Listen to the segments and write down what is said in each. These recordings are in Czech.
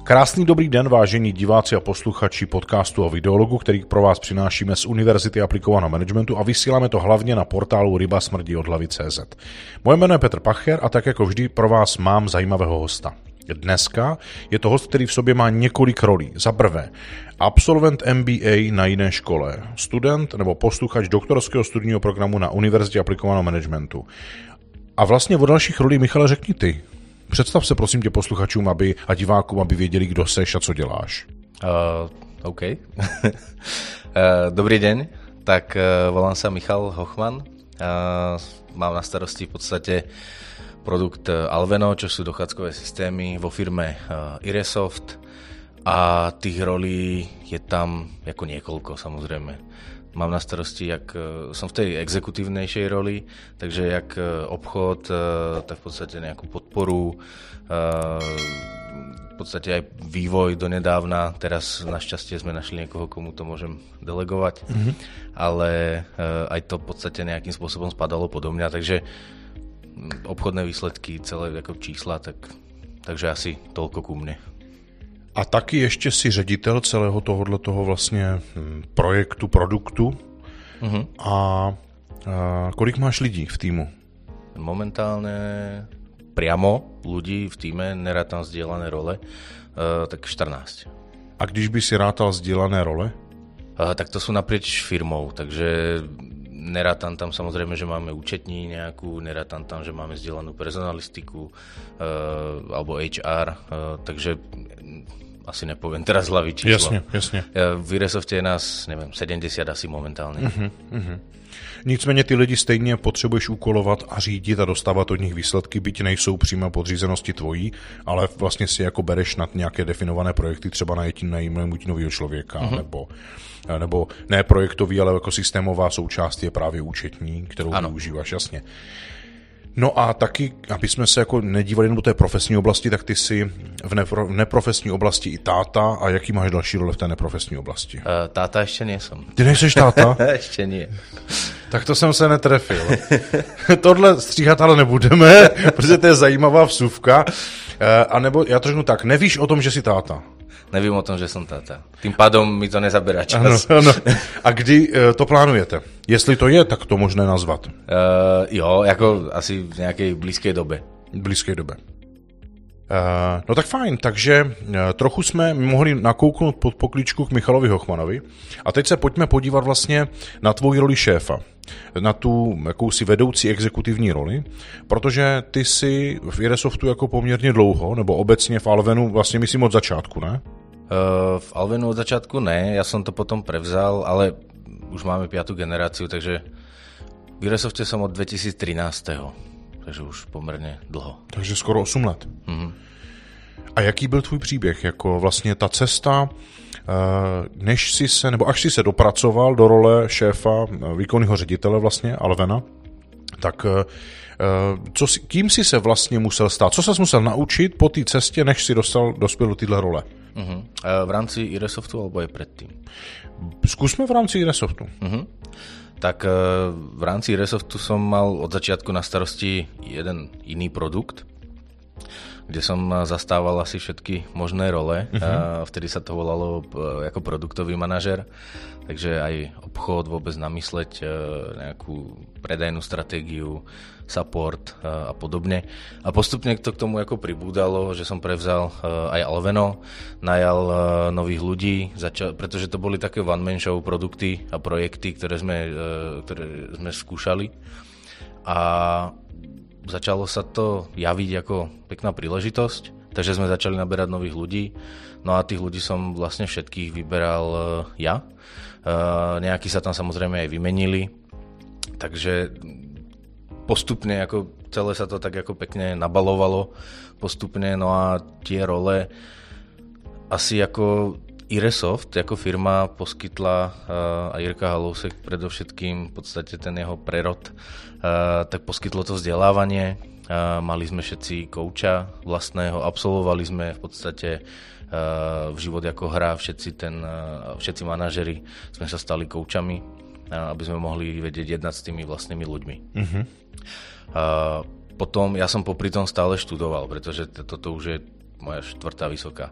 Krásný dobrý den, vážení diváci a posluchači podcastu o videologu, který pro vás přinášíme z Univerzity aplikovaného managementu a vysíláme to hlavně na portálu rybasmrdíodhlavy.cz. Moje jméno je Petr Pacher a tak jako vždy pro vás mám zajímavého hosta. Dneska je to host, který v sobě má několik rolí. Za prvé, absolvent MBA na jiné škole, student nebo posluchač doktorského studijního programu na Univerzitě aplikovaného managementu. A vlastně o dalších rolí, Michale, řekni ty. Představ se prosím tě posluchačům a divákům, aby věděli, kdo seš a co děláš. OK. Dobrý deň, tak volám sa Michal Hochman. Mám na starosti v podstate produkt Alveno, čo sú dochádzkové systémy vo firme Iresoft a tých rolí je tam ako niekoľko samozrejme. Mám na starosti, som v tej exekutívnejšej roli, takže jak obchod, tak v podstate nejakú podporu, v podstate aj vývoj donedávna. Teraz našťastie sme našli niekoho, komu to môžem delegovať, ale aj to v podstate nejakým spôsobom spadalo podo mňa, takže obchodné výsledky, celé ako čísla, takže asi toľko ku mne. A taky ještě si ředitel celého tohoto vlastně projektu, produktu. A kolik máš lidí v týmu? Momentálne priamo ľudí v týme, nerátam zdieľané role, tak 14. A když by si rátal zdieľané role? Tak to sú naprieč firmou, takže nerátam tam samozrejme, že máme účetní nejakú, nerátam tam, že máme zdieľanú personalistiku alebo HR, takže asi nepoviem teraz z hlavy číslo. Jasně. V Iresofte je nás, neviem, 70 asi momentálne. Nicméně ty lidi stejně potřebuješ úkolovat a řídit a dostávat od nich výsledky, byť nejsou přímo podřízenosti tvojí, ale vlastně si jako bereš nad nějaké definované projekty, třeba najmutí nového člověka, nebo ne projektový, ale jako systémová součást je právě účetní, kterou využíváš, jasně. No a taky, aby jsme se jako nedívali jenom do té profesní oblasti, tak ty jsi v neprofesní oblasti i táta a jaký máš další role v té neprofesní oblasti? Táta ještě nejsem. Ty nejseš táta? Ještě nie. Tak to jsem se netrefil. Tohle stříhat ale nebudeme, protože to je zajímavá vsuvka. A nebo já to řeknu tak, nevíš o tom, že jsi táta? Nevím o tom, že som táta. Tým pádom mi to nezaberá čas. Ano. A kdy to plánujete? Jestli to je, tak to možné nazvat. Jo, jako asi v nějaké blízké době. No tak fajn, takže trochu jsme mohli nakouknout pod pokličku k Michalovi Hochmanovi a teď se pojďme podívat vlastně na tvoji roli šéfa, na tu jakousi vedoucí exekutivní roli, protože ty jsi v Iresoftu jako poměrně dlouho, nebo obecně v Alvenu vlastně myslím od začátku, ne? V Alvenu od začátku ne, ja som to potom prevzal, ale už máme 5. generáciu, takže v Iresofte som od 2013. Takže už poměrně dlho. Takže skoro 8 let. A jaký byl tvůj příběh? Jako vlastně ta cesta, až si se dopracoval do role šéfa, výkonného ředitele vlastně, Alvena, tak kým jsi se vlastně musel stát? Co ses musel naučit po té cestě, než si dospěl do téhle role? V rámci Iresoftu alebo aj predtým? Zkusme v rámci Iresoftu. Tak v rámci Iresoftu som mal od začiatku na starosti jeden iný produkt, kde som zastával asi všetky možné role. Vtedy sa to volalo ako produktový manažer, takže aj obchod, vôbec namysleť nejakú predajnú stratégiu, support a podobne. A postupne to k tomu ako pribúdalo, že som prevzal aj Alveno, najal nových ľudí, pretože to boli také one-man show produkty a projekty, ktoré sme skúšali. A začalo sa to javiť ako pekná príležitosť, takže sme začali naberať nových ľudí. No a tých ľudí som vlastne všetkých vyberal ja. Nejakí sa tam samozrejme aj vymenili, takže postupne ako celé sa to tak ako pekne nabalovalo postupne, no a tie role asi ako Iresoft ako firma poskytla a Jirka Halousek predovšetkým v podstate ten jeho prerod, tak poskytlo to vzdelávanie, mali sme všetci kouča vlastného, absolvovali sme v podstate v život ako hra, všetci manažeri sme sa stali koučami, aby sme mohli vedieť jednať s tými vlastnými ľuďmi. Potom ja som popri tom stále študoval, pretože toto už je moja 4. vysoká.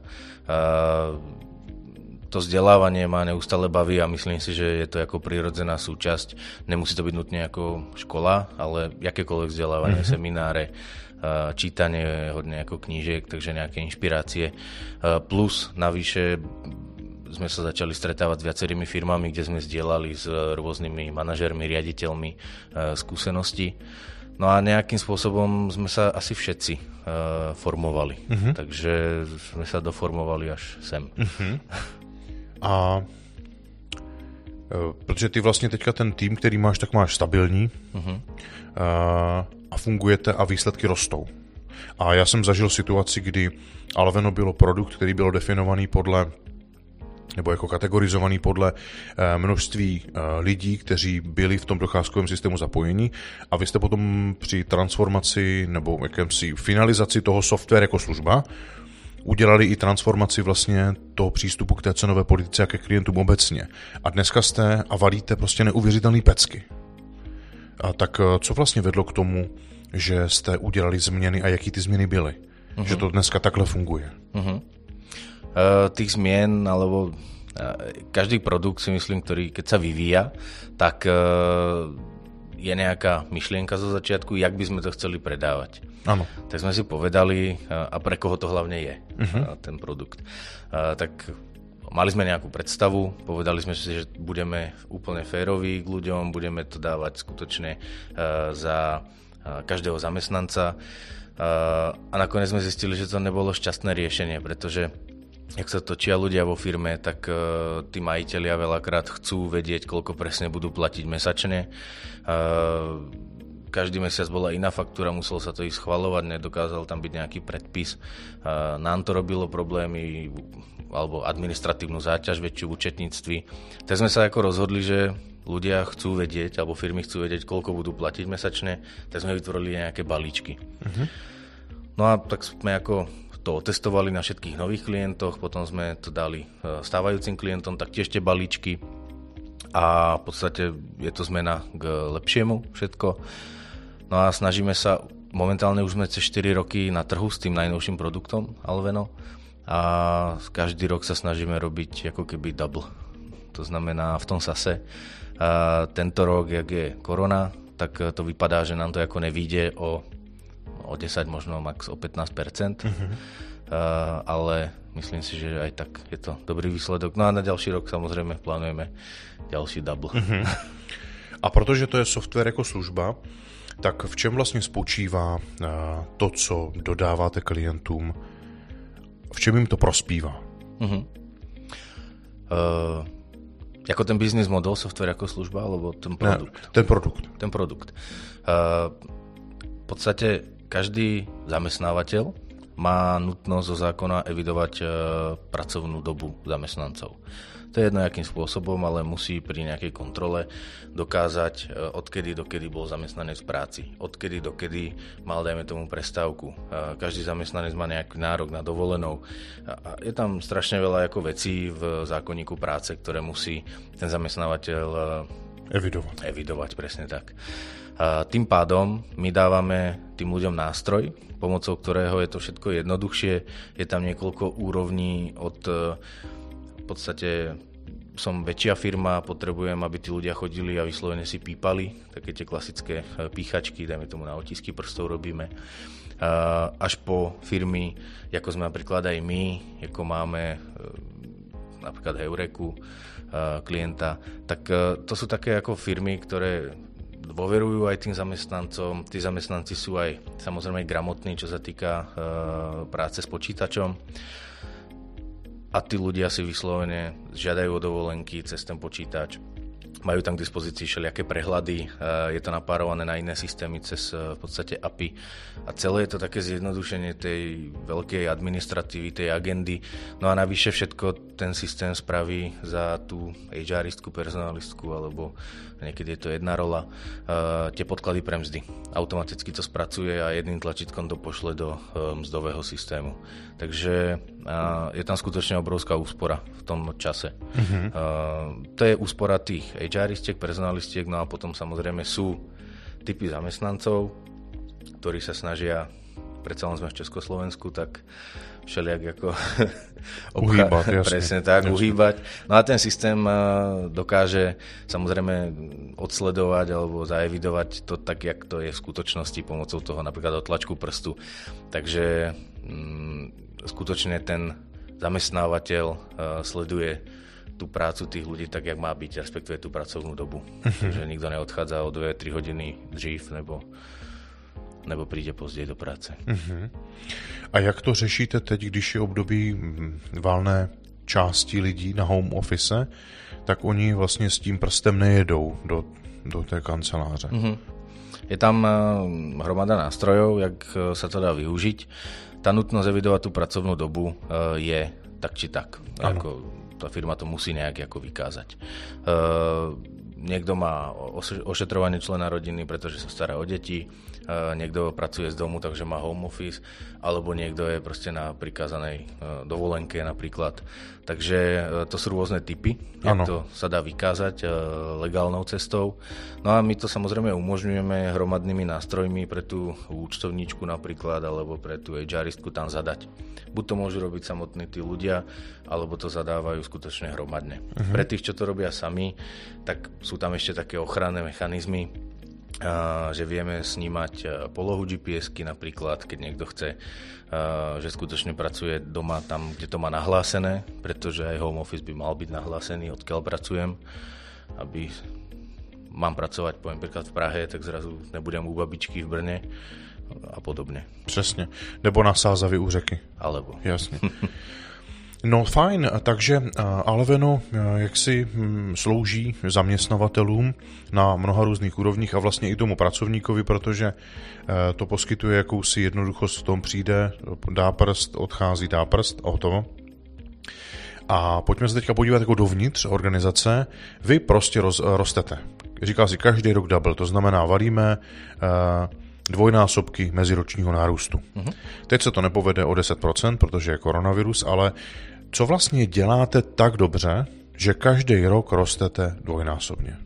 To vzdelávanie ma neustále baví a myslím si, že je to ako prirodzená súčasť. Nemusí to byť nutne ako škola, ale akékoľvek vzdelávanie, semináre, čítanie hodne ako knížiek, takže nejaké inšpirácie. Plus navyše sme sa začali stretávať s viacerými firmami, kde sme zdieľali s rôznymi manažermi, riaditeľmi skúsenosti. No a nejakým spôsobom sme sa asi všetci formovali. Takže sme sa doformovali až sem. A protože ty vlastně teďka ten tým, který máš, tak máš stabilní a fungujete a výsledky rostou. A já jsem zažil situaci, kdy Alveno bylo produkt, který byl definovaný podle nebo jako kategorizovaný podle množství lidí, kteří byli v tom docházkovém systému zapojení a vy jste potom při transformaci nebo jakémsi finalizaci toho software jako služba udělali i transformaci vlastně toho přístupu k té cenové politice a ke klientům obecně. A dneska jste a valíte prostě neuvěřitelný pecky. A tak co vlastně vedlo k tomu, že jste udělali změny a jaký ty změny byly? Že to dneska takhle funguje? Tých zmien, alebo každý produkt si myslím, ktorý keď sa vyvíja, tak je nejaká myšlienka zo začiatku, jak by sme to chceli predávať. Áno. Tak sme si povedali, a pre koho to hlavne je ten produkt. Tak mali sme nejakú predstavu, povedali sme si, že budeme úplne féroví k ľuďom, budeme to dávať skutočne za každého zamestnanca a nakoniec sme zistili, že to nebolo šťastné riešenie, pretože jak sa točia ľudia vo firme, tak tí majitelia veľakrát chcú vedieť, koľko presne budú platiť mesačne. Každý mesiac bola iná faktúra, muselo sa to ísť schvaľovať, nedokázal tam byť nejaký predpis. Nám to robilo problémy alebo administratívnu záťaž väčšiu v účetníctvi. Tak sme sa ako rozhodli, že ľudia chcú vedieť, alebo firmy chcú vedieť, koľko budú platiť mesačne, tak sme vytvorili nejaké balíčky. No a tak sme ako to otestovali na všetkých nových klientoch, potom sme to dali stávajúcim klientom, tak tiež tie balíčky a v podstate je to zmena k lepšiemu všetko. No a snažíme sa, momentálne už sme cez 4 roky na trhu s tým najnovším produktom Alveno a každý rok sa snažíme robiť ako keby double. To znamená v tom SaaSe. Tento rok, jak je korona, tak to vypadá, že nám to ako nevíde o 10, možno max o 15%, ale myslím si, že aj tak je to dobrý výsledok. No a na ďalší rok samozrejme plánujeme ďalší double. A protože to je software jako služba, tak v čem vlastně spočívá to, co dodáváte klientům? V čem jim to prospívá? Jako ten business model, software jako služba, alebo ten produkt? Ne, ten produkt. Ten produkt. V podstate každý zamestnávateľ má nutnosť zo zákona evidovať pracovnú dobu zamestnancov. To je jedno, akým spôsobom, ale musí pri nejakej kontrole dokázať, odkedy dokedy bol zamestnanec v práci, odkedy dokedy mal, dajme tomu, prestávku. Každý zamestnanec má nejaký nárok na dovolenou. A je tam strašne veľa ako vecí v zákonníku práce, ktoré musí ten zamestnávateľ evidovať, presne tak. Tým pádom my dávame tým ľuďom nástroj, pomocou ktorého je to všetko jednoduchšie. Je tam niekoľko úrovní od v podstate som väčšia firma, potrebujem, aby tí ľudia chodili a vyslovene si pípali, také tie klasické píchačky, dajme tomu na otisky prstov robíme, až po firmy, ako sme napríklad aj my, ako máme napríklad Heureku klienta, tak to sú také ako firmy, ktoré dôverujú aj tým zamestnancom. Tí zamestnanci sú aj samozrejme gramotní, čo sa týka práce s počítačom. A tí ľudia si vyslovene žiadajú o dovolenky cez ten počítač. Majú tam k dispozícii všelijaké prehľady, je to napárované na iné systémy cez v podstate API a celé je to také zjednodušenie tej veľkej administratívy, tej agendy. No a navyše všetko ten systém spraví za tú HRistku, personalistku alebo niekedy je to jedna rola, tie podklady pre mzdy. Automaticky to spracuje a jedným tlačítkom to pošle do mzdového systému. Takže je tam skutočne obrovská úspora v tom čase. To je úspora tých HRistiek, personalistiek, no a potom samozrejme sú typy zamestnancov, ktorí sa snažia predsa len sme v Československu, tak všelijak ako uhýbať, presne tak, uhýbať. No a ten systém dokáže samozrejme odsledovať alebo zaevidovať to tak, jak to je v skutočnosti pomocou toho napríklad otlačku prstu. Takže skutočne ten zamestnávateľ sleduje tú prácu tých ľudí tak, jak má byť, respektuje tú pracovnú dobu. Takže nikto neodchádza o 2-3 hodiny dřív, nebo príde později do práce. A jak to řešíte teď, když je období valné části lidí na home office, tak oni vlastně s tím prstem nejedou do té kanceláře? Je tam hromada nástrojov, jak sa to dá využiť. Tá nutnosť evidovať tú pracovnú dobu je tak či tak. Tá firma to musí nejak ako vykázať. Niekto má ošetrovanie člena rodiny, pretože sa stará o deti, niekto pracuje z domu, takže má home office, alebo niekto je proste na prikázanej dovolenke napríklad. Takže to sú rôzne typy, jak to sa dá vykázať legálnou cestou. No a my to samozrejme umožňujeme hromadnými nástrojmi pre tú účtovníčku napríklad, alebo pre tú HRistku tam zadať. Buď to môžu robiť samotní tí ľudia, alebo to zadávajú skutočne hromadne. Pre tých, čo to robia sami, tak sú tam ešte také ochranné mechanizmy, že vieme snímať polohu GPS-ky napríklad, keď niekto chce, že skutočne pracuje doma tam, kde to má nahlásené, pretože aj home office by mal byť nahlásený, odkiaľ pracujem, aby mám pracovať, poviem príklad v Prahe, tak zrazu nebudem u babičky v Brne a podobne. Přesně. Nebo na Sázavy u řeky. Alebo. Jasně. No fajn, takže Aleveno jaksi slouží zaměstnavatelům na mnoha různých úrovních a vlastně i tomu pracovníkovi, protože to poskytuje jakousi jednoduchost v tom, přijde, dá prst, odchází, dá prst a hotovo. A pojďme se teďka podívat jako dovnitř organizace. Vy prostě rostete. Říká si každý rok double, to znamená valíme dvojnásobky meziročního nárůstu. Teď se to nepovede o 10%, protože je koronavirus, ale co vlastně děláte tak dobře, že každý rok rostete dvojnásobně?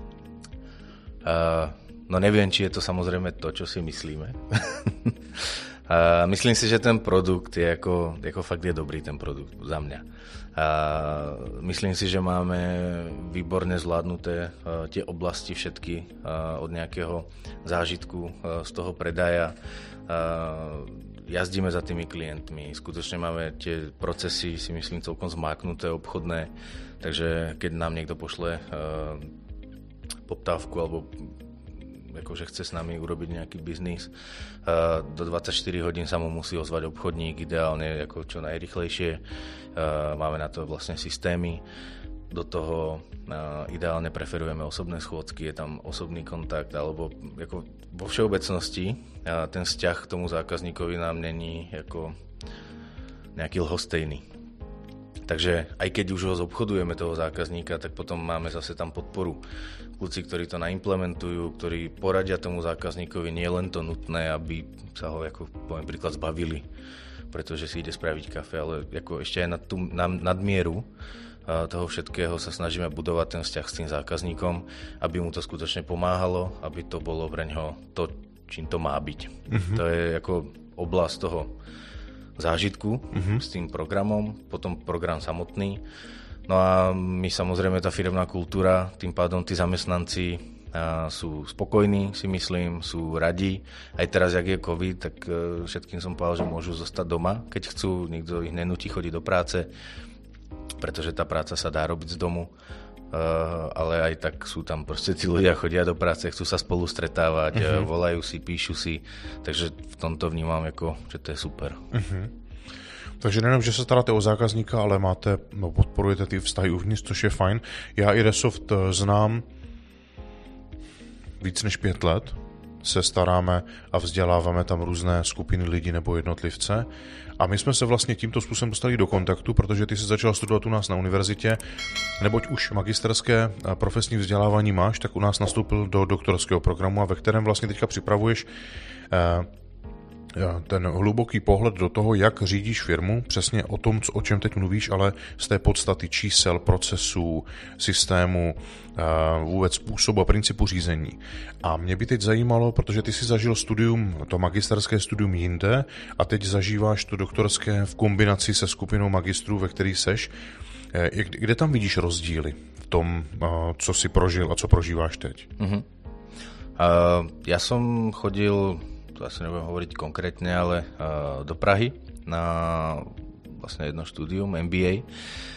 No neviem, či je to samozrejme to, čo si myslíme. Myslím si, že ten produkt je ako fakt je dobrý ten produkt za mňa. Myslím si, že máme výborne zvládnuté tie oblasti všetky od nejakého zážitku z toho predaja. Jazdíme za tými klientmi, skutočne máme tie procesy, si myslím, celkom zmáknuté, obchodné, takže keď nám niekto pošle poptávku alebo akože chce s nami urobiť nejaký biznis, do 24 hodín sa mu musí ozvať obchodník, ideálne ako čo najrychlejšie. Máme na to vlastne systémy. Do toho ideálne preferujeme osobné schôdzky, je tam osobný kontakt, alebo ako vo všeobecnosti ten vzťah k tomu zákazníkovi nám není ako nejaký lhostejný. Takže aj keď už ho zobchodujeme toho zákazníka, tak potom máme zase tam podporu. Kľúci, ktorí to naimplementujú, ktorí poradia tomu zákazníkovi, nie len to nutné, aby sa ho, ako poviem príklad, zbavili, pretože si ide spraviť kafe, ale ako ešte aj na nadmieru toho všetkého sa snažíme budovať ten vzťah s tým zákazníkom, aby mu to skutočne pomáhalo, aby to bolo preňho to, čím to má byť. To je ako oblasť toho zážitku s tým programom, potom program samotný. No a my samozrejme, tá firemná kultúra, tým pádom tí zamestnanci sú spokojní, si myslím, sú radi. Aj teraz, jak je COVID, tak všetkým som povedal, že môžu zostať doma, keď chcú, nikto ich nenúti chodiť do práce, pretože tá práca sa dá robiť z domu. Ale aj tak sú tam proste tí ľudia, chodia do práce, chcú sa spolu stretávať, volajú si, píšu si, takže v tomto vnímám, jako, že to je super. Takže nejenom, že se staráte o zákazníka, ale podporujete ty vztahy uvnitř, což je fajn. Já i Resoft znám víc než 5 let, se staráme a vzděláváme tam různé skupiny lidí nebo jednotlivce. A my jsme se vlastně tímto způsobem dostali do kontaktu, protože ty jsi začal studovat u nás na univerzitě, neboť už magisterské profesní vzdělávání máš, tak u nás nastoupil do doktorského programu, a ve kterém vlastně teďka připravuješ ten hluboký pohled do toho, jak řídíš firmu, přesně o tom, o čem teď mluvíš, ale z té podstaty čísel, procesů, systému, vůbec způsobu a principu řízení. A mě by teď zajímalo, protože ty si zažil to magisterské studium jinde a teď zažíváš to doktorské v kombinaci se skupinou magistrů, ve který seš. Kde tam vidíš rozdíly v tom, co si prožil a co prožíváš teď? Ja som chodil, to asi nebudem hovoriť konkrétne, ale do Prahy na vlastne jedno štúdium MBA.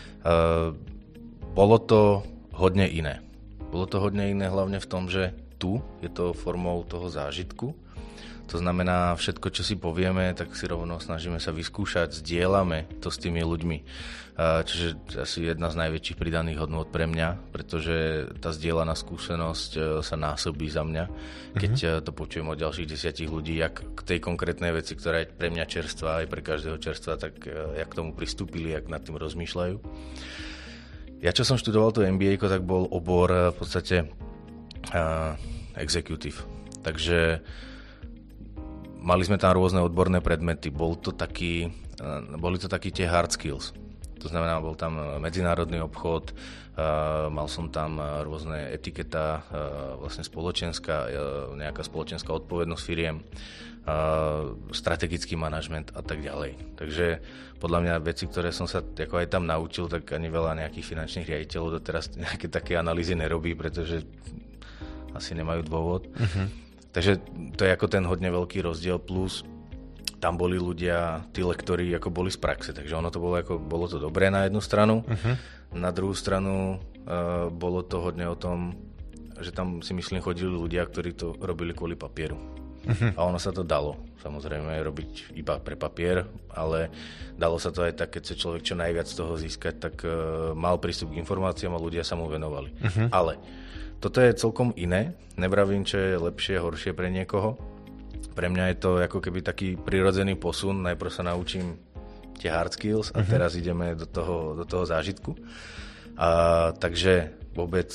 Bolo to hodne iné. Bolo to hodne iné hlavne v tom, že tu je to formou toho zážitku. To znamená, všetko, čo si povieme, tak si rovno snažíme sa vyskúšať, zdieľame to s tými ľuďmi. Čiže asi jedna z najväčších pridaných hodnôt pre mňa, pretože tá zdieľaná skúsenosť sa násobí za mňa, keď to počujem od ďalších 10 ľudí, jak k tej konkrétnej veci, ktorá je pre mňa čerstvá, aj pre každého čerstvá, tak jak k tomu pristúpili, jak nad tým rozmýšľajú. Ja, čo som študoval to MBA, tak bol obor v podstate executive. Takže mali sme tam rôzne odborné predmety. Boli to takí tie hard skills. To znamená, bol tam medzinárodný obchod, mal som tam rôzne etiketa, vlastne spoločenská, nejaká spoločenská odpovednosť firiem, strategický manažment a tak ďalej. Takže podľa mňa veci, ktoré som sa ako aj tam naučil, tak ani veľa nejakých finančných riaditeľov doteraz nejaké také analýzy nerobí, pretože asi nemajú dôvod. Takže to je ako ten hodne veľký rozdiel, plus tam boli ľudia, tí lektori ako boli z praxe, takže ono to bolo to dobré na jednu stranu, na druhú stranu bolo to hodne o tom, že tam si myslím chodili ľudia, ktorí to robili kvôli papieru. A ono sa to dalo, samozrejme, robiť iba pre papier, ale dalo sa to aj tak, keď sa človek čo najviac z toho získať, tak mal prístup k informáciám a ľudia sa mu venovali. Ale toto je celkom iné, nevravím, čo je lepšie, horšie pre niekoho. Pre mňa je to ako keby taký prirodzený posun, najprv sa naučím tie hard skills a teraz ideme do toho zážitku. Takže vôbec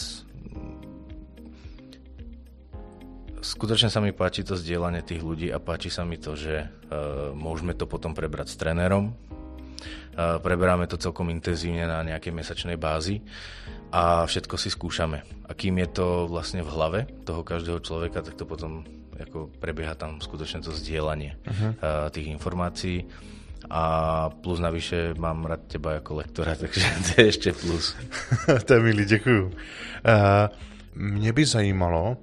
skutočne sa mi páči to zdieľanie tých ľudí a páči sa mi to, že môžeme to potom prebrať s trénerom. Preberáme to celkom intenzívne na nejakej mesačnej bázi a všetko si skúšame. A kým je to vlastne v hlave toho každého človeka, tak to potom ako prebieha tam skutočne to zdieľanie tých informácií. A plus navyše mám rád teba ako lektora, takže to je ešte plus. To je milý, děkuju. Mě by zajímalo,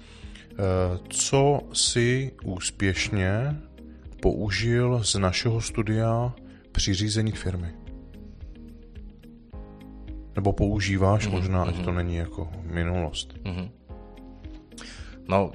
co si úspěšně použil z našeho studia při řízení firmy. Nebo používáš možná, ať to není jako minulost. No,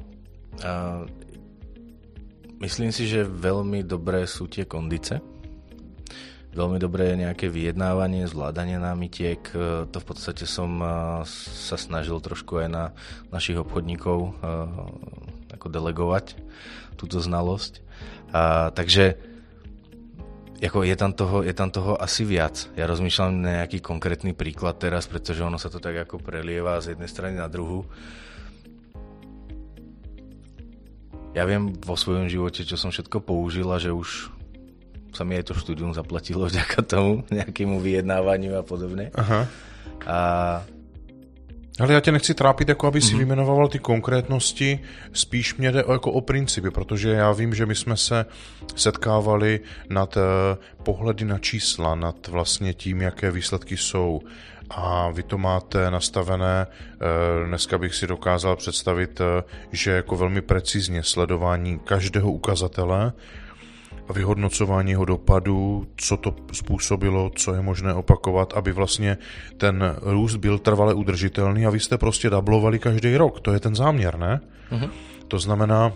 myslím si, že veľmi dobré sú tie kondice. Veľmi dobré je nejaké vyjednávanie, zvládanie námitiek. To v podstate som sa snažil trošku aj na našich obchodníkov ako delegovať túto znalosť. Takže ako je tam toho asi viac. Ja rozmýšľam na nejaký konkrétny príklad teraz, pretože ono sa to tak ako prelieva z jednej strany na druhú. Ja viem vo svojom živote, čo som všetko použil a že už sa mi aj to štúdium zaplatilo vďaka tomu, nejakému vyjednávaniu a podobne. Ale já tě nechci trápit, jako aby si vyjmenoval ty konkrétnosti, spíš mě jde jako o principy, protože já vím, že my jsme se setkávali nad pohledy na čísla, nad vlastně tím, jaké výsledky jsou. A vy to máte nastavené, dneska bych si dokázal představit, že jako velmi precizně sledování každého ukazatele a vyhodnocování jeho dopadu, co to způsobilo, co je možné opakovat, aby vlastně ten růst byl trvale udržitelný a vy jste prostě dublovali každý rok. To je ten záměr, ne? To znamená,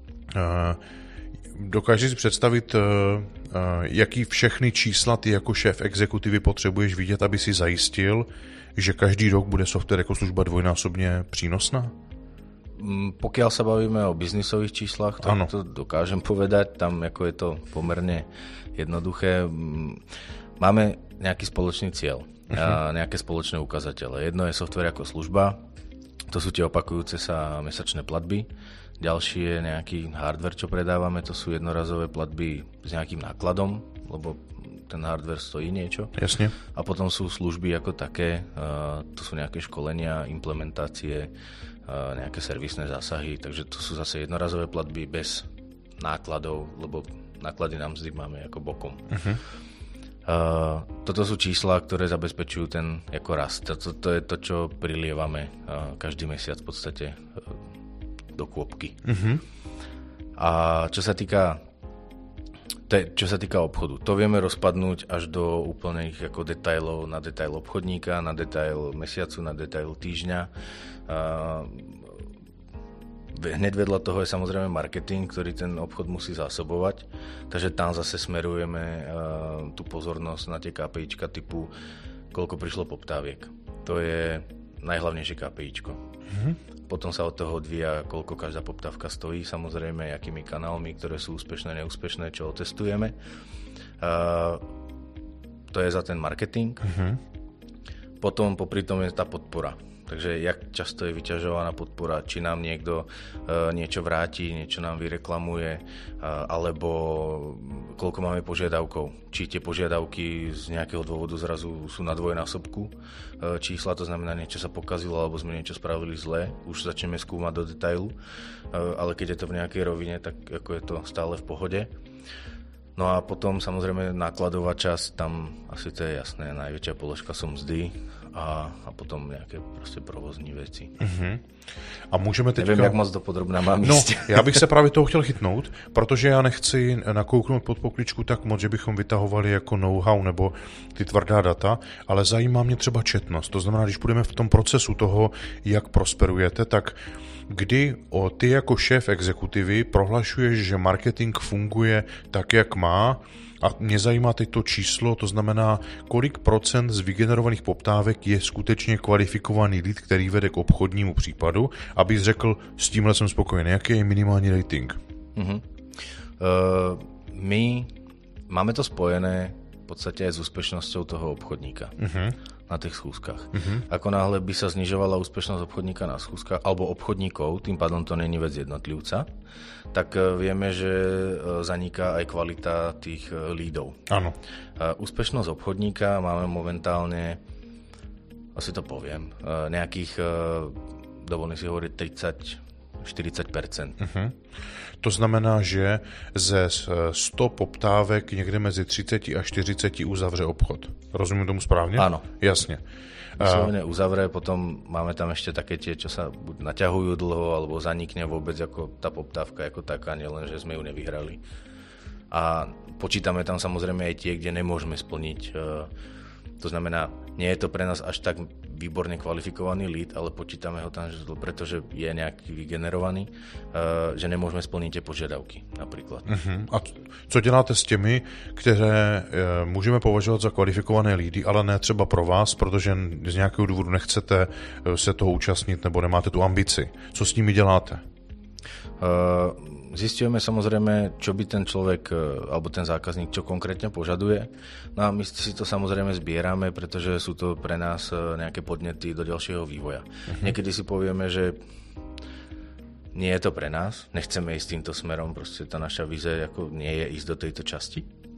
dokážeš si představit, jaký všechny čísla ty jako šéf exekutivy potřebuješ vidět, aby si zajistil, že každý rok bude software jako služba dvojnásobně přínosná? Pokiaľ sa bavíme o biznisových číslach, tak to dokážem povedať. Tam ako je to pomerne jednoduché. Máme nejaký spoločný cieľ, nejaké spoločné ukazatele. Jedno je software ako služba, to sú tie opakujúce sa mesačné platby, Ďalší je nejaký hardware, čo predávame, to sú jednorazové platby s nejakým nákladom, lebo ten hardware stojí niečo. Jasne. A potom sú služby ako také, to sú nejaké školenia, implementácie, nejaké servisné zásahy, takže to sú zase jednorazové platby bez nákladov, lebo náklady na mzdy máme ako bokom. Toto sú čísla, ktoré zabezpečujú ten ako rast. To je to, čo prilievame každý mesiac v podstate do kôpky. A čo sa týka obchodu, to vieme rozpadnúť až do úplných ako detailov, na detail obchodníka, na detail mesiacu, na detail týždňa. Hned vedľa toho je samozrejme marketing, ktorý ten obchod musí zásobovať, takže tam zase smerujeme tú pozornosť na tie KPIčka typu koľko prišlo poptáviek. To je najhlavnejšie KPIčko. Potom sa od toho odvíja, koľko každá poptávka stojí, samozrejme, akými kanálmi, ktoré sú úspešné, neúspešné, čo otestujeme. To je za ten marketing. Potom popri tom je tá podpora. Takže jak často je vyťažovaná podpora, či nám niekto niečo vráti, niečo nám vyreklamuje, alebo koľko máme požiadavkov. Či tie požiadavky z nejakého dôvodu zrazu sú na dvojnásobku čísla, to znamená, niečo sa pokazilo, alebo sme niečo spravili zle, už začneme skúmať do detailu, ale keď je to v nejakej rovine, tak ako je to stále v pohode. No a potom samozrejme nákladová časť, tam asi to je jasné, najväčšia položka sú mzdy a potom nejaké prostě provozní věci. A můžeme teďka... Nevím, jak moc dopodrobná mám No, jistě. já bych se právě toho chtěl chytnout, protože já nechci nakouknout pod pokličku tak moc, že bychom vytahovali jako know-how nebo ty tvrdá data, ale zajímá mě třeba četnost. To znamená, když budeme v tom procesu toho, jak prosperujete, tak kdy ty jako šéf exekutivy prohlašuješ, že marketing funguje tak, jak má, a mě zajímá teď to číslo, to znamená, kolik procent z vygenerovaných poptávek je skutečně kvalifikovaný lead, který vede k obchodnímu případu, abys řekl, s tímhle jsem spokojený. Jaký je minimální rating? My máme to spojené v podstate aj s úspešnosťou toho obchodníka na tých schůzkach. Ako náhle by sa znižovala úspešnosť obchodníka na schůzkach, alebo obchodníkov, tým pádom to není vec jednotlivca, tak vieme, že zaniká aj kvalita tých lídov. Áno. Úspešnosť obchodníka máme momentálne, asi to poviem, nejakých, dovolím si hovoriť, 30-40%. To znamená, že ze 100 poptávek někde mezi 30 a 40 uzavře obchod. Rozumím tomu správně? Áno. Jasně. Vyslovene uzavře, potom máme tam ešte také tie, čo sa buď naťahujú dlho, alebo zanikne vôbec ako tá poptávka ako taká, nielen, že sme ju nevyhrali. A počítame tam samozrejme aj tie, kde nemôžeme splniť. To znamená, nie je to pre nás až tak výborne kvalifikovaný lead, ale počítame ho tam, pretože je nejaký vygenerovaný, že nemôžeme splniť tie požiadavky napríklad. A co děláte s těmi, které můžeme považovat za kvalifikované lídy, ale ne třeba pro vás, protože z nějakého důvodu nechcete se toho účastnit nebo nemáte tu ambici? Co s nimi děláte? Zistujeme samozrejme, čo by ten človek alebo ten zákazník čo konkrétne požaduje. No a my si to samozrejme zbierame, pretože sú to pre nás nejaké podnety do ďalšieho vývoja. Niekedy si povieme, že nie je to pre nás, nechceme ísť týmto smerom, proste tá naša vízia ako nie je ísť do tejto časti.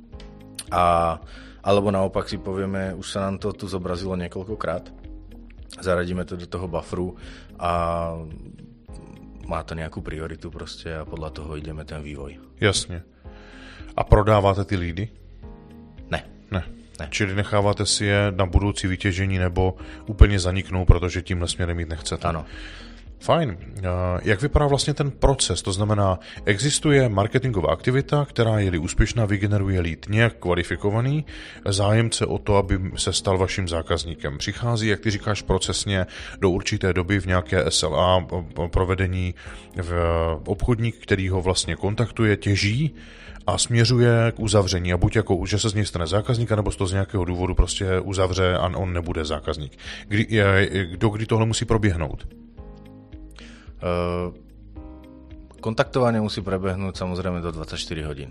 Alebo naopak si povieme, už sa nám to tu zobrazilo niekoľkokrát, zaradíme to do toho bufferu a má to nějakou prioritu prostě a podle toho jdeme ten vývoj. Jasně. A prodáváte ty lídy? Ne. Čili necháváte si je na budoucí vytěžení nebo úplně zaniknou, protože tímhle směrem jít nechcete? Ano. Fajn. Jak vypadá vlastně ten proces? To znamená, existuje marketingová aktivita, která je-li úspěšná, vygeneruje lead nějak kvalifikovaný zájemce o to, aby se stal vaším zákazníkem. Přichází, jak ty říkáš, procesně do určité doby v nějaké SLA provedení v obchodník, který ho vlastně kontaktuje, těží a směřuje k uzavření. A buď jako, že se z něj stane zákazníka, nebo to z nějakého důvodu prostě uzavře a on nebude zákazník. Kdy tohle musí proběhnout? Kontaktovanie musí prebehnúť samozrejme do 24 hodín.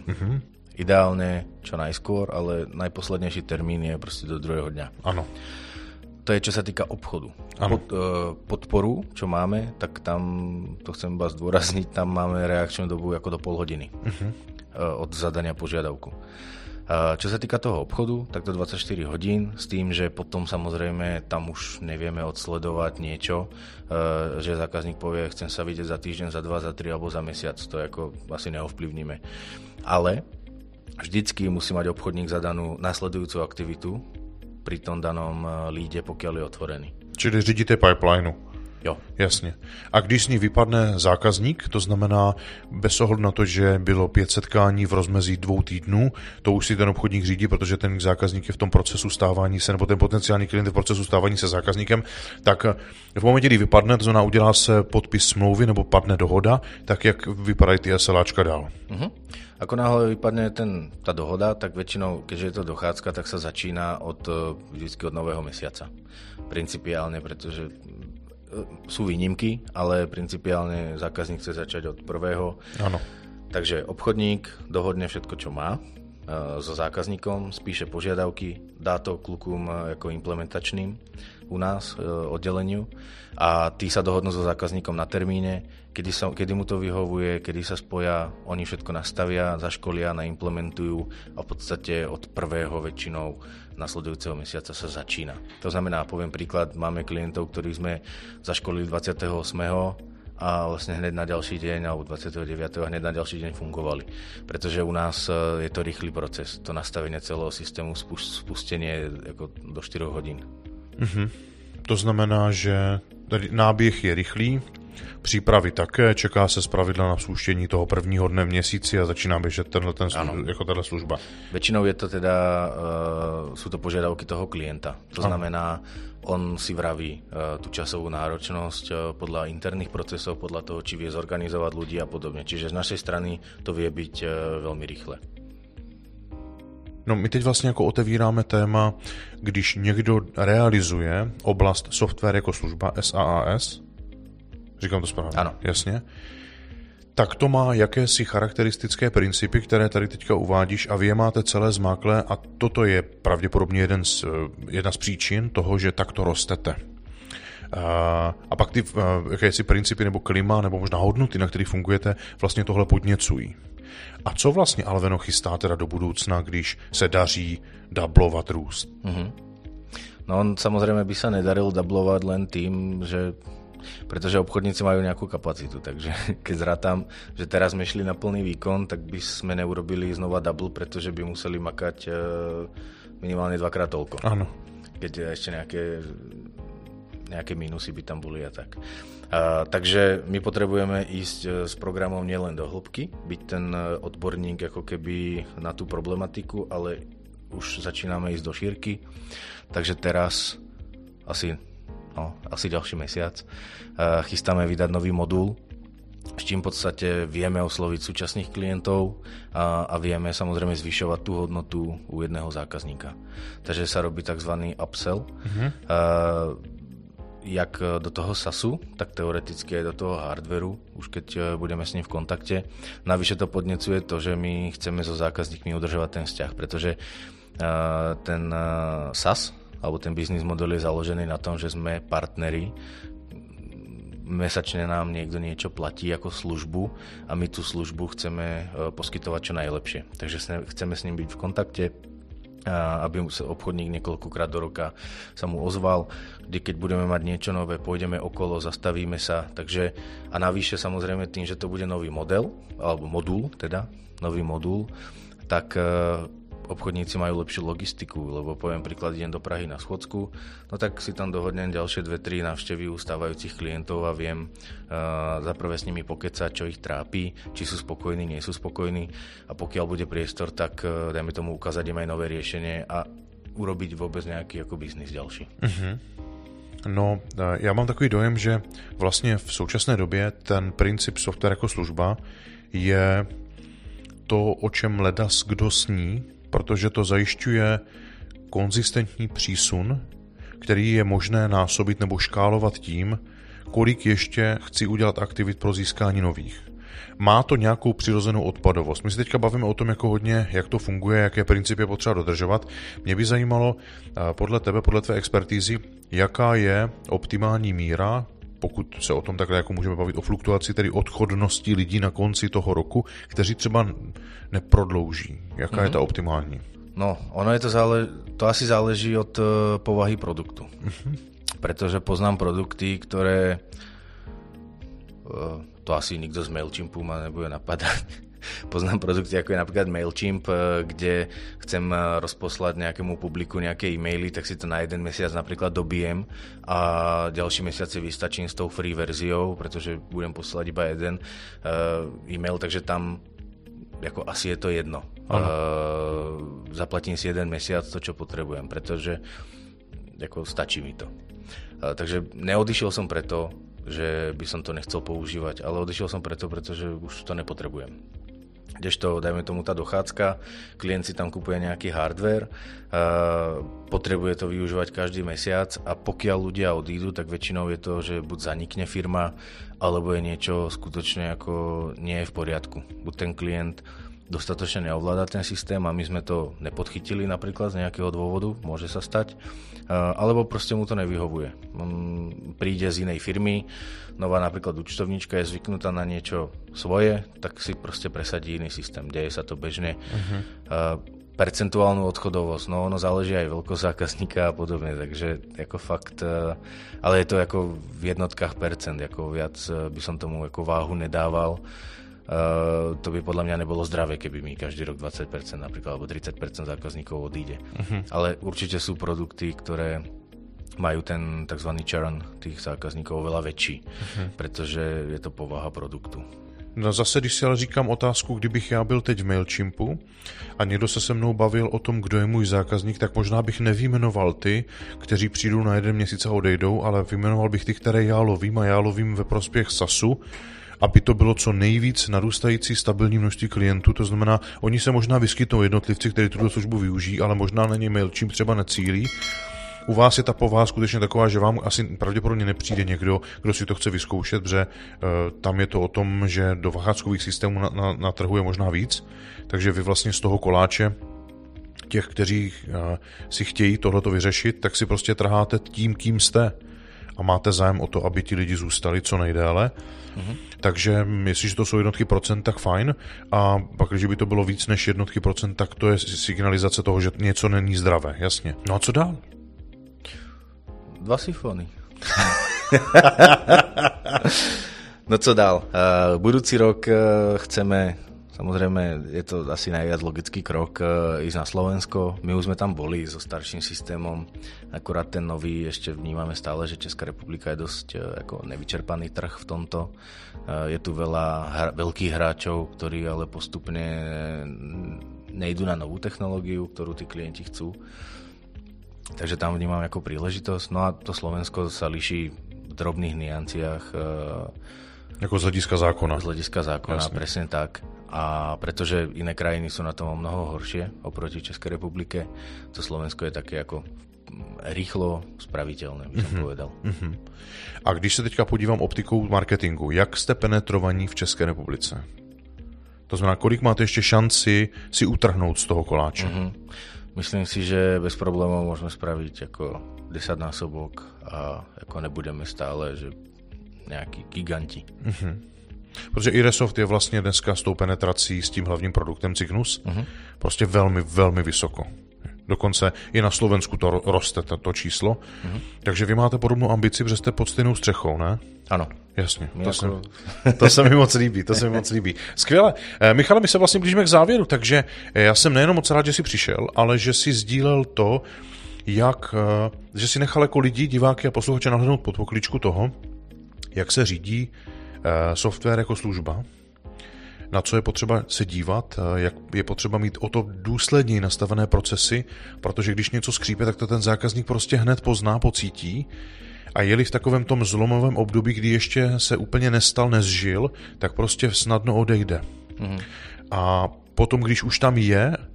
Ideálne čo najskôr, ale najposlednejší termín je proste do druhého dňa. Áno. To je, čo sa týka obchodu. Podporu, čo máme, tak tam, to chcem iba zdôrazniť, tam máme reakčnú dobu ako do pol hodiny od zadania požiadavku. Čo sa týka toho obchodu, tak to 24 hodín, s tým, že potom samozrejme tam už nevieme odsledovať niečo, že zákazník povie, chcem sa vidieť za týždeň, za 2, za 3 alebo za mesiac, to ako asi neovplyvníme. Ale vždycky musí mať obchodník zadanú následujúcu aktivitu pri tom danom líde, pokiaľ je otvorený. Čili řídíte pipelineu. Jo. Jasně. A když z ní vypadne zákazník, to znamená bez ohledu na to, že bylo 5 setkání v rozmezí 2 týdnů, to už si ten obchodník řídí, protože ten zákazník je v tom procesu stávání se, nebo ten potenciální klient je v procesu stávání se zákazníkem, tak v momentě, kdy vypadne, to znamená udělá se podpis smlouvy nebo padne dohoda, tak jak vypadají ty SLAčka dál? Ako náhle vypadne tá dohoda, tak väčšinou, keďže je to dochádzka, tak sa začína vždycky od nového mesiaca. Principiálne, pretože sú výnimky, ale principiálne zákazník chce začať od prvého. Áno. Takže obchodník dohodne všetko, čo má so zákazníkom, spíše požiadavky, dá to klukom ako implementačným u nás oddeleniu a tí sa dohodnú so zákazníkom na termíne, kedy mu to vyhovuje, kedy sa spoja, oni všetko nastavia, zaškolia, naimplementujú a v podstate od prvého väčšinou nasledujúceho mesiaca sa začína. To znamená, poviem príklad, máme klientov, ktorých sme zaškolili 28. a vlastne hneď na ďalší deň alebo 29. a hneď na ďalší deň fungovali. Pretože u nás je to rýchly proces. To nastavenie celého systému, spustenie ako do 4 hodín. To znamená, že náběh je rychlý, přípravy také, čeká se zpravidla na spuštění toho prvního dne v měsíci a začíná běžet jako tato služba. Väčšinou je to teda, sú to požiadavky toho klienta. To znamená, on si vraví tú časovú náročnosť podľa interných procesov, podľa toho, či vie zorganizovať ľudí a podobne. Čiže z našej strany to vie byť veľmi rýchle. No, my teď vlastně jako otevíráme téma, když někdo realizuje oblast software jako služba SaaS, říkám to správně? Ano. Jasně. Tak to má jakési charakteristické principy, které tady teďka uvádíš a vy je máte celé zmáklé a toto je pravděpodobně jedna z příčin toho, že takto rostete. A pak ty jakési principy nebo klima nebo možná hodnoty, na kterých fungujete, vlastně tohle podněcují. A co vlastně Alveno chystá teda do budoucna, když se daří dublovat růst? No on samozrejme by sa nedaril dublovať len tým, že pretože obchodníci majú nejakú kapacitu, takže keď zrátam, že teraz sme šli na plný výkon, tak by sme neurobili znova double, pretože by museli makať minimálne 2-krát toľko. Áno. Keď ešte nejaké mínusy by tam boli a tak. Takže my potrebujeme ísť s programom nielen do hĺbky, byť ten odborník ako keby na tú problematiku, ale už začíname ísť do šírky. Takže teraz asi ďalší mesiac chystáme vydať nový modul, s čím v podstate vieme osloviť súčasných klientov a vieme samozrejme zvyšovať tú hodnotu u jedného zákazníka. Takže sa robí tzv. Upsell. Jak do toho SaaSu, tak teoreticky aj do toho hardwareu, už keď budeme s ním v kontakte. Navyše to podnecuje to, že my chceme so zákazníkmi udržovať ten vzťah, pretože ten SaaS, alebo ten business model je založený na tom, že sme partneri, mesačne nám niekto niečo platí ako službu a my tú službu chceme poskytovať čo najlepšie. Takže chceme s ním byť v kontakte, aby sa obchodník niekoľkokrát do roka sa mu ozval, kdy keď budeme mať niečo nové, pôjdeme okolo, zastavíme sa. Takže a navyše samozrejme tým, že to bude nový model, alebo modul, nový modul, tak obchodníci majú lepšiu logistiku, lebo poviem príklad, idem do Prahy na schôdzku, no tak si tam dohodnem ďalšie 2-3 návštevy ustávajúcich klientov a viem zaprvé s nimi pokecať, čo ich trápi, či sú spokojní, nie sú spokojní a pokiaľ bude priestor, tak dajme tomu ukázať im aj nové riešenie a urobiť vôbec nejaký ako biznis ďalší. No, já mám takový dojem, že vlastně v současné době ten princip software jako služba je to, o čem ledas kdo sní, protože to zajišťuje konzistentní přísun, který je možné násobit nebo škálovat tím, kolik ještě chci udělat aktivit pro získání nových. má to nějakou přirozenou odpadovost. My se teďka bavíme o tom jako hodně, jak to funguje, jaké principy je potřeba dodržovat. Mě by zajímalo podle tebe, podle tvé expertízy, jaká je optimální míra, pokud se o tom takhle jako můžeme bavit o fluktuaci, tedy odchodnosti lidí na konci toho roku, kteří třeba neprodlouží. Jaká je ta optimální? No, ono je to asi záleží od povahy produktu. Pretože poznám produkty, ktoré to asi nikto z MailChimpu ma nebude napadať. Poznám produkty, ako je napríklad MailChimp, kde chcem rozposlať nejakému publiku nejaké e-maily, tak si to na jeden mesiac napríklad dobijem a ďalší mesiac si vystačím s tou free verziou, pretože budem poslať iba jeden e-mail, takže tam ako asi je to jedno. Zaplatím si jeden mesiac to, čo potrebujem, pretože ako stačí mi to. Takže neodišiel som preto, že by som to nechcel používať, ale odišiel som preto, pretože už to nepotrebujem. Kdežto, dajme tomu tá dochádzka, klient si tam kupuje nejaký hardware, potrebuje to využívať každý mesiac a pokiaľ ľudia odídu, tak väčšinou je to, že buď zanikne firma, alebo je niečo skutočne ako nie je v poriadku. Buď ten klient dostatočne neovláda ten systém a my sme to nepodchytili napríklad z nejakého dôvodu, môže sa stať, alebo proste mu to nevyhovuje. Príde z inej firmy, nová napríklad účtovníčka je zvyknutá na niečo svoje, tak si proste presadí iný systém. Deje sa to bežne. Percentuálnu odchodovosť, no ono záleží aj veľkosť zákazníka a podobne, takže ako fakt, ale je to ako v jednotkách percent, ako viac by som tomu ako váhu nedával. To by podľa mňa nebolo zdravé, keby mi každý rok 20% napríklad, alebo 30% zákazníkov odíde. Ale určite sú produkty, ktoré majú ten tzv. Churn tých zákazníkov veľa väčší, pretože je to povaha produktu. No zase, když si ale říkám otázku, kdybych já byl teď v MailChimpu a někdo se mnou bavil o tom, kdo je můj zákazník, tak možná bych nevyjmenoval ty, kteří přijdou na jeden měsíc a odejdou, ale vyjmenoval bych ty, které já lovím a já lovím ve prospěch SaaSu, aby to bylo co nejvíc narůstající stabilní množství klientů, to znamená, oni se možná vyskytnou jednotlivci, kteří tuto službu využijí, ale možná na ně MailChimp třeba necílí. U vás je ta povaha skutečně taková, že vám asi pravděpodobně nepřijde někdo, kdo si to chce vyzkoušet, protože tam je to o tom, že do vachackových systémů na trhu je možná víc, takže vy vlastně z toho koláče těch, kteří si chtějí tohleto vyřešit, tak si prostě trháte tím, kým jste a máte zájem o to, aby ti lidi zůstali co nejdéle. Takže jestliže to jsou jednotky procent, tak fajn. A pak, když by to bylo víc než jednotky procent, tak to je signalizace toho, že něco není zdravé. Jasně. No a co dál? 2 sifóny. No co dál? Budúci rok chceme, samozrejme je to asi najviac logický krok, ísť na Slovensko. My už sme tam boli so starším systémom, akorát ten nový ešte vnímame stále, že Česká republika je dosť ako nevyčerpaný trh v tomto. Je tu veľa veľkých hráčov, ktorí ale postupne nejdu na novú technológiu, ktorú tí klienti chcú. Takže tam vnímam ako príležitosť. No a to Slovensko sa líši v drobných nianciách. Jako z hlediska zákona. Z hlediska zákona, jasne. Presne tak. A pretože iné krajiny sú na tom mnoho horšie oproti Českej republike, to Slovensko je také ako rýchlo spraviteľné, by som povedal. A když se teďka podívám optikou marketingu, jak jste penetrovaní v České republice? To znamená, kolik máte ještě šanci si utrhnout z toho koláče? Myslím si, že bez problémov môžeme spraviť ako 10-násobok a ako nebudeme stále, že nejakí giganti. Protože iResoft je vlastně dneska s tou penetrací, s tím hlavním produktem Cygnus, prostě velmi, velmi vysoko. Dokonce i na Slovensku to roste, to číslo. Takže vy máte podobnou ambici, protože jste pod stejnou střechou, ne? Ano. Jasně, to se mi moc líbí, Skvěle. Michale, my se vlastně blížíme k závěru, takže já jsem nejenom moc rád, že jsi přišel, ale že jsi sdílel to, že si nechal jako lidi, diváky a posluchače nahlédnout pod pokličku toho, jak se řídí software jako služba, na co je potřeba se dívat, jak je potřeba mít o to důsledněji nastavené procesy, protože když něco skřípe, tak to ten zákazník prostě hned pozná, pocítí. A jeli v takovém tom zlomovém období, kdy ještě se úplně nezžil, tak prostě snadno odejde. A potom, když už tam je,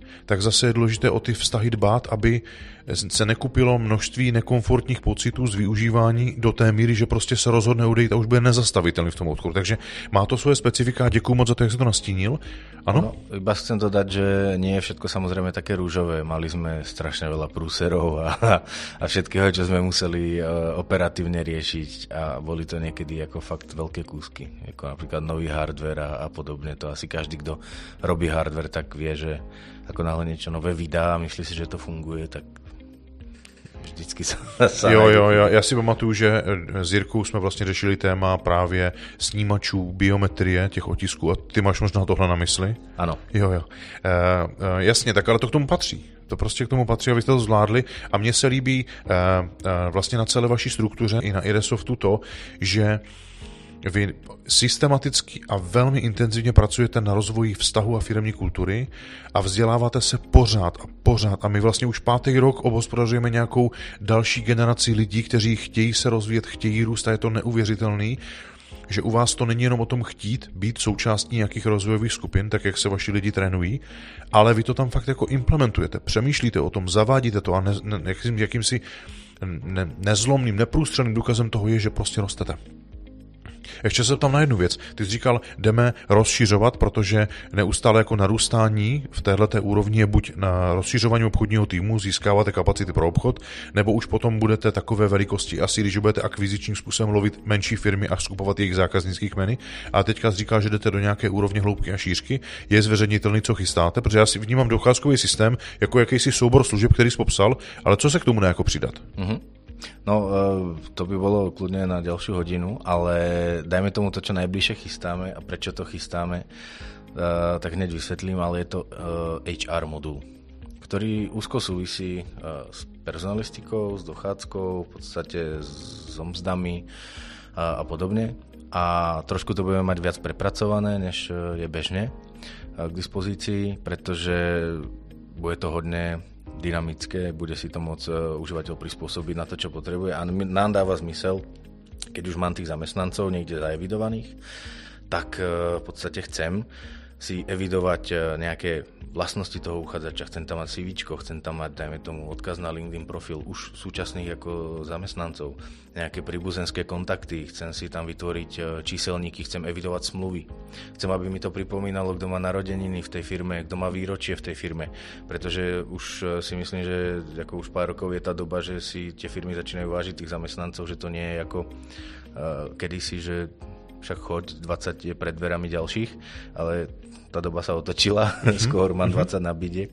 tak zase je důležité o ty vztahy dbát, aby se nekupilo množství nekomfortních pocitů z využívání do té míry, že prostě se rozhodne odejít a už bude nezastavitelný v tom obchodu. Takže má to svoje specifika. Děkuju moc za to, jak jsi to nastínil. Ano? No, iba chcem dodať, že nie je všetko samozrejme také rúžové. Mali sme strašne veľa prúserov a všetkého, čo sme museli operatívne riešiť a boli to niekedy ako fakt veľké kúsky. Ako napríklad nový hardware a podobne. To asi každý, kto robí hardware, tak vie, že ako náhle niečo nové vydá a myslí si, že to funguje, tak vždycky sa Jo, já si pamatuju, že s Jirkou jsme vlastně řešili téma právě snímačů, biometrie těch otisků a ty máš možná tohle na mysli? Ano. Jo. Jasně, tak ale to k tomu patří. To prostě k tomu patří, abyste to zvládli a mně se líbí vlastně na celé vaší struktuře i na Iresoftu to, že vy systematicky a velmi intenzivně pracujete na rozvoji vztahu a firemní kultury a vzděláváte se pořád a my vlastně už 5. rok obhospodařujeme nějakou další generaci lidí, kteří chtějí se rozvíjet, chtějí růst a je to neuvěřitelný, že u vás to není jenom o tom chtít být součástí nějakých rozvojových skupin, tak jak se vaši lidi trénují, ale vy to tam fakt jako implementujete, přemýšlíte o tom, zavádíte to a jakýmsi nezlomným, neprůstřelným důkazem toho je, že prostě rostete. Ještě se tam na jednu věc. Ty jsi říkal, jdeme rozšiřovat, protože neustále jako narůstání v téhleté úrovni je buď na rozšiřování obchodního týmu, získáváte kapacity pro obchod, nebo už potom budete takové velikosti asi, když budete akvizičním způsobem lovit menší firmy a skupovat jejich zákaznický kmeny. A teďka jsi říkal, že jdete do nějaké úrovně hloubky a šířky. Je zveřejnitelný, co chystáte, protože já si vnímám docházkový systém jako jakýsi soubor služeb, který jsi popsal, ale co se k tomu nejako přidat? Mm-hmm. No, to by bolo kľudne na ďalšiu hodinu, ale dajme tomu to, čo najbližšie chystáme a prečo to chystáme, tak hneď vysvetlím, ale je to HR modul, ktorý úzko súvisí s personalistikou, s dochádzkou, v podstate so mzdami a podobne. A trošku to budeme mať viac prepracované, než je bežne k dispozícii, pretože bude to hodne dynamické, bude si to môcť užívateľ prispôsobiť na to, čo potrebuje a nám dáva zmysel, keď už mám tých zamestnancov niekde zaevidovaných, tak v podstate chcem si evidovať nejaké vlastnosti toho uchádzača, chcem tam mať CVčko, chcem tam mať, dajme tomu, odkaz na LinkedIn profil už súčasných ako zamestnancov, nejaké príbuzenské kontakty, chcem si tam vytvoriť číselníky, chcem evidovať zmluvy. Chcem, aby mi to pripomínalo, kto má narodeniny v tej firme, kto má výročie v tej firme, pretože už si myslím, že ako už pár rokov je tá doba, že si tie firmy začínajú vážiť tých zamestnancov, že to nie je ako kedysi, že však choď, 20 je pred dverami ďalších, ale tá doba sa otočila, skôr mám 20 nabídiek.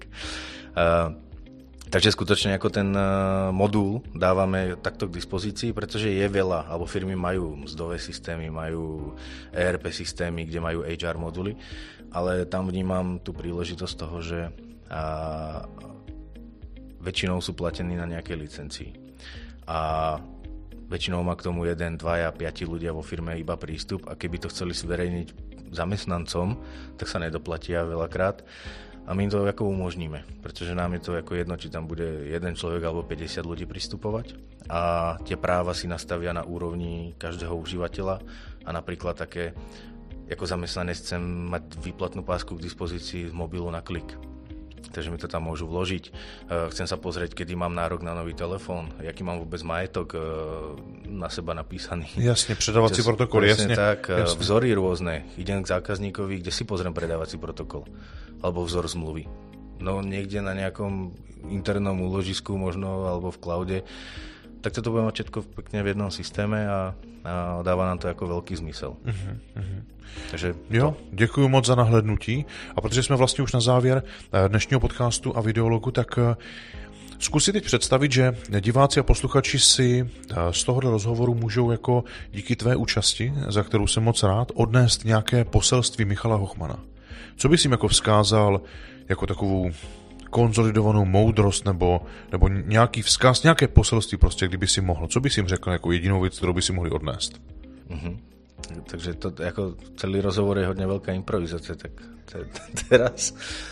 Takže skutočne ako ten modul dávame takto k dispozícii, pretože je veľa, alebo firmy majú mzdové systémy, majú ERP systémy, kde majú HR moduly, ale tam vnímam tú príležitosť toho, že väčšinou sú platení na nejakej licencii. A väčšinou má k tomu 1, 2, 5 ľudia vo firme iba prístup a keby to chceli zverejniť zamestnancom, tak sa nedoplatia veľakrát a my to ako umožníme, pretože nám je to ako jedno, či tam bude jeden človek alebo 50 ľudí pristupovať a tie práva si nastavia na úrovni každého užívateľa a napríklad také, ako zamestnanec chcem mať výplatnú pásku k dispozícii z mobilu na klik. Takže mi to tam môžu vložiť. Chcem sa pozrieť, kedy mám nárok na nový telefón, jaký mám vôbec majetok na seba napísaný. Jasne, predávací protokol, jasne. Tak, jasne. Vzory rôzne. Idem k zákazníkovi, kde si pozriem predávací protokol. Alebo vzor zmluvy. No niekde na nejakom internom úložisku možno, alebo v cloude. Tak toto budeme mať všetko pekne v jednom systéme a dává nám to jako velký zmysel. Takže jo, děkuji moc za nahlédnutí. A protože jsme vlastně už na závěr dnešního podcastu a videologu, tak zkus si teď představit, že diváci a posluchači si z tohohle rozhovoru můžou jako díky tvé účasti, za kterou jsem moc rád, odnést nějaké poselství Michala Hochmana. Co bys jim jako vzkázal jako takovou konsolidovanou moudrost nebo nějaký vzkaz, nějaké poselství prostě, kdyby si mohl. Co bys jim řekl jako jedinou věc, kterou by si mohli odnést? Takže to jako celý rozhovor je hodně velká improvizace, tak teraz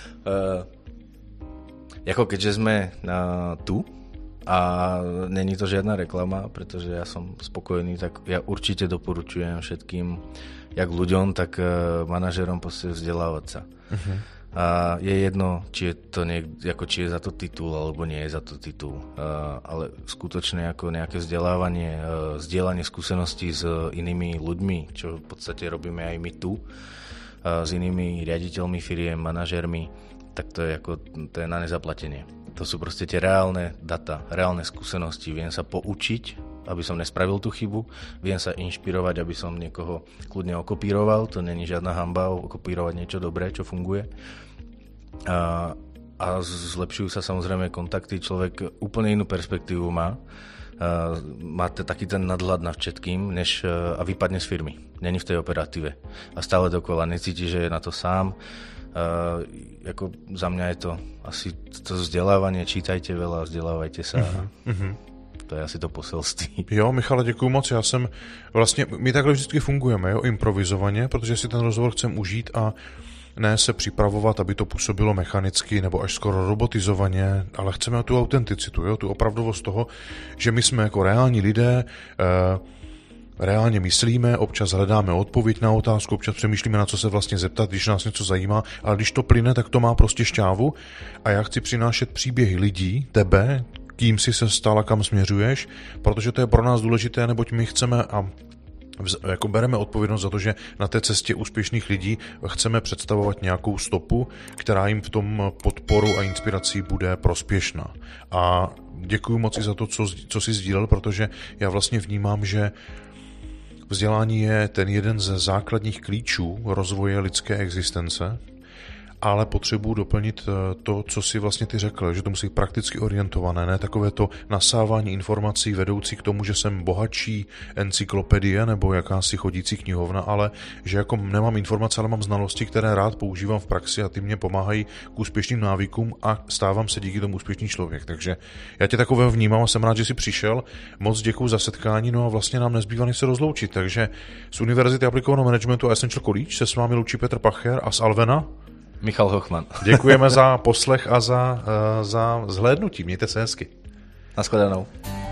jako keďže jsme tu a není to žiadna reklama, protože já jsem spokojený, tak já určitě doporučujem všetkým, jak ľuďom, tak manažerom prostě vzdělávat sa. A je jedno, či je to či je za to titul, alebo nie je za to titul. Ale skutočne ako nejaké vzdelávanie, zdieľanie skúseností s inými ľuďmi, čo v podstate robíme aj my tu, s inými riaditeľmi firiem, manažérmi, tak to je na nezaplatenie. To sú proste tie reálne data, reálne skúsenosti. Viem sa poučiť, aby som nespravil tú chybu, viem sa inšpirovať, aby som niekoho kľudne okopíroval, to není žiadna hanba okopírovať niečo dobré, čo funguje. A zlepšujú sa samozrejme kontakty, človek úplne inú perspektívu má, máte taký ten nadhľad nad všetkým, a vypadne z firmy, není v tej operatíve a stále dokola, necíti, že je na to sám. Ako za mňa je to asi to vzdelávanie, čítajte veľa, vzdelávajte sa. To je asi to poselství. Jo, Michale, děkuju moc. My takhle vždycky fungujeme, jo, improvizovaně, protože si ten rozhovor chcem užít a ne se připravovat, aby to působilo mechanicky nebo až skoro robotizovaně, ale chceme tu autenticitu, jo, tu opravdovost toho, že my jsme jako reální lidé, reálně myslíme, občas hledáme odpověď na otázku, občas přemýšlíme, na co se vlastně zeptat, když nás něco zajímá, ale když to plyne, tak to má prostě šťávu a já chci přinášet příběhy lidí, tebe, kým jsi se stala, kam směřuješ, protože to je pro nás důležité, neboť my chceme a jako bereme odpovědnost za to, že na té cestě úspěšných lidí chceme představovat nějakou stopu, která jim v tom podporu a inspirací bude prospěšná. A děkuji moc i za to, co jsi sdílel, protože já vlastně vnímám, že vzdělání je ten jeden ze základních klíčů rozvoje lidské existence, ale potřebuji doplnit to, co si vlastně ty řekl, že to musí být prakticky orientované, ne takové to nasávání informací vedoucí k tomu, že jsem bohatší encyklopedie nebo jakási chodící knihovna, ale že jako nemám informace, ale mám znalosti, které rád používám v praxi a ty mě pomáhají k úspěšným návykům a stávám se díky tomu úspěšný člověk. Takže já tě takového vnímám a jsem rád, že jsi přišel. Moc děkuji za setkání, no a vlastně nám nezbývá než se rozloučit. Takže z Univerzity aplikovaného managementu a Essential College se s vámi loučí Petr Pacher a z Alvena Michal Hochman. Děkujeme za poslech a za zhlédnutí. Mějte se hezky. Nashledanou.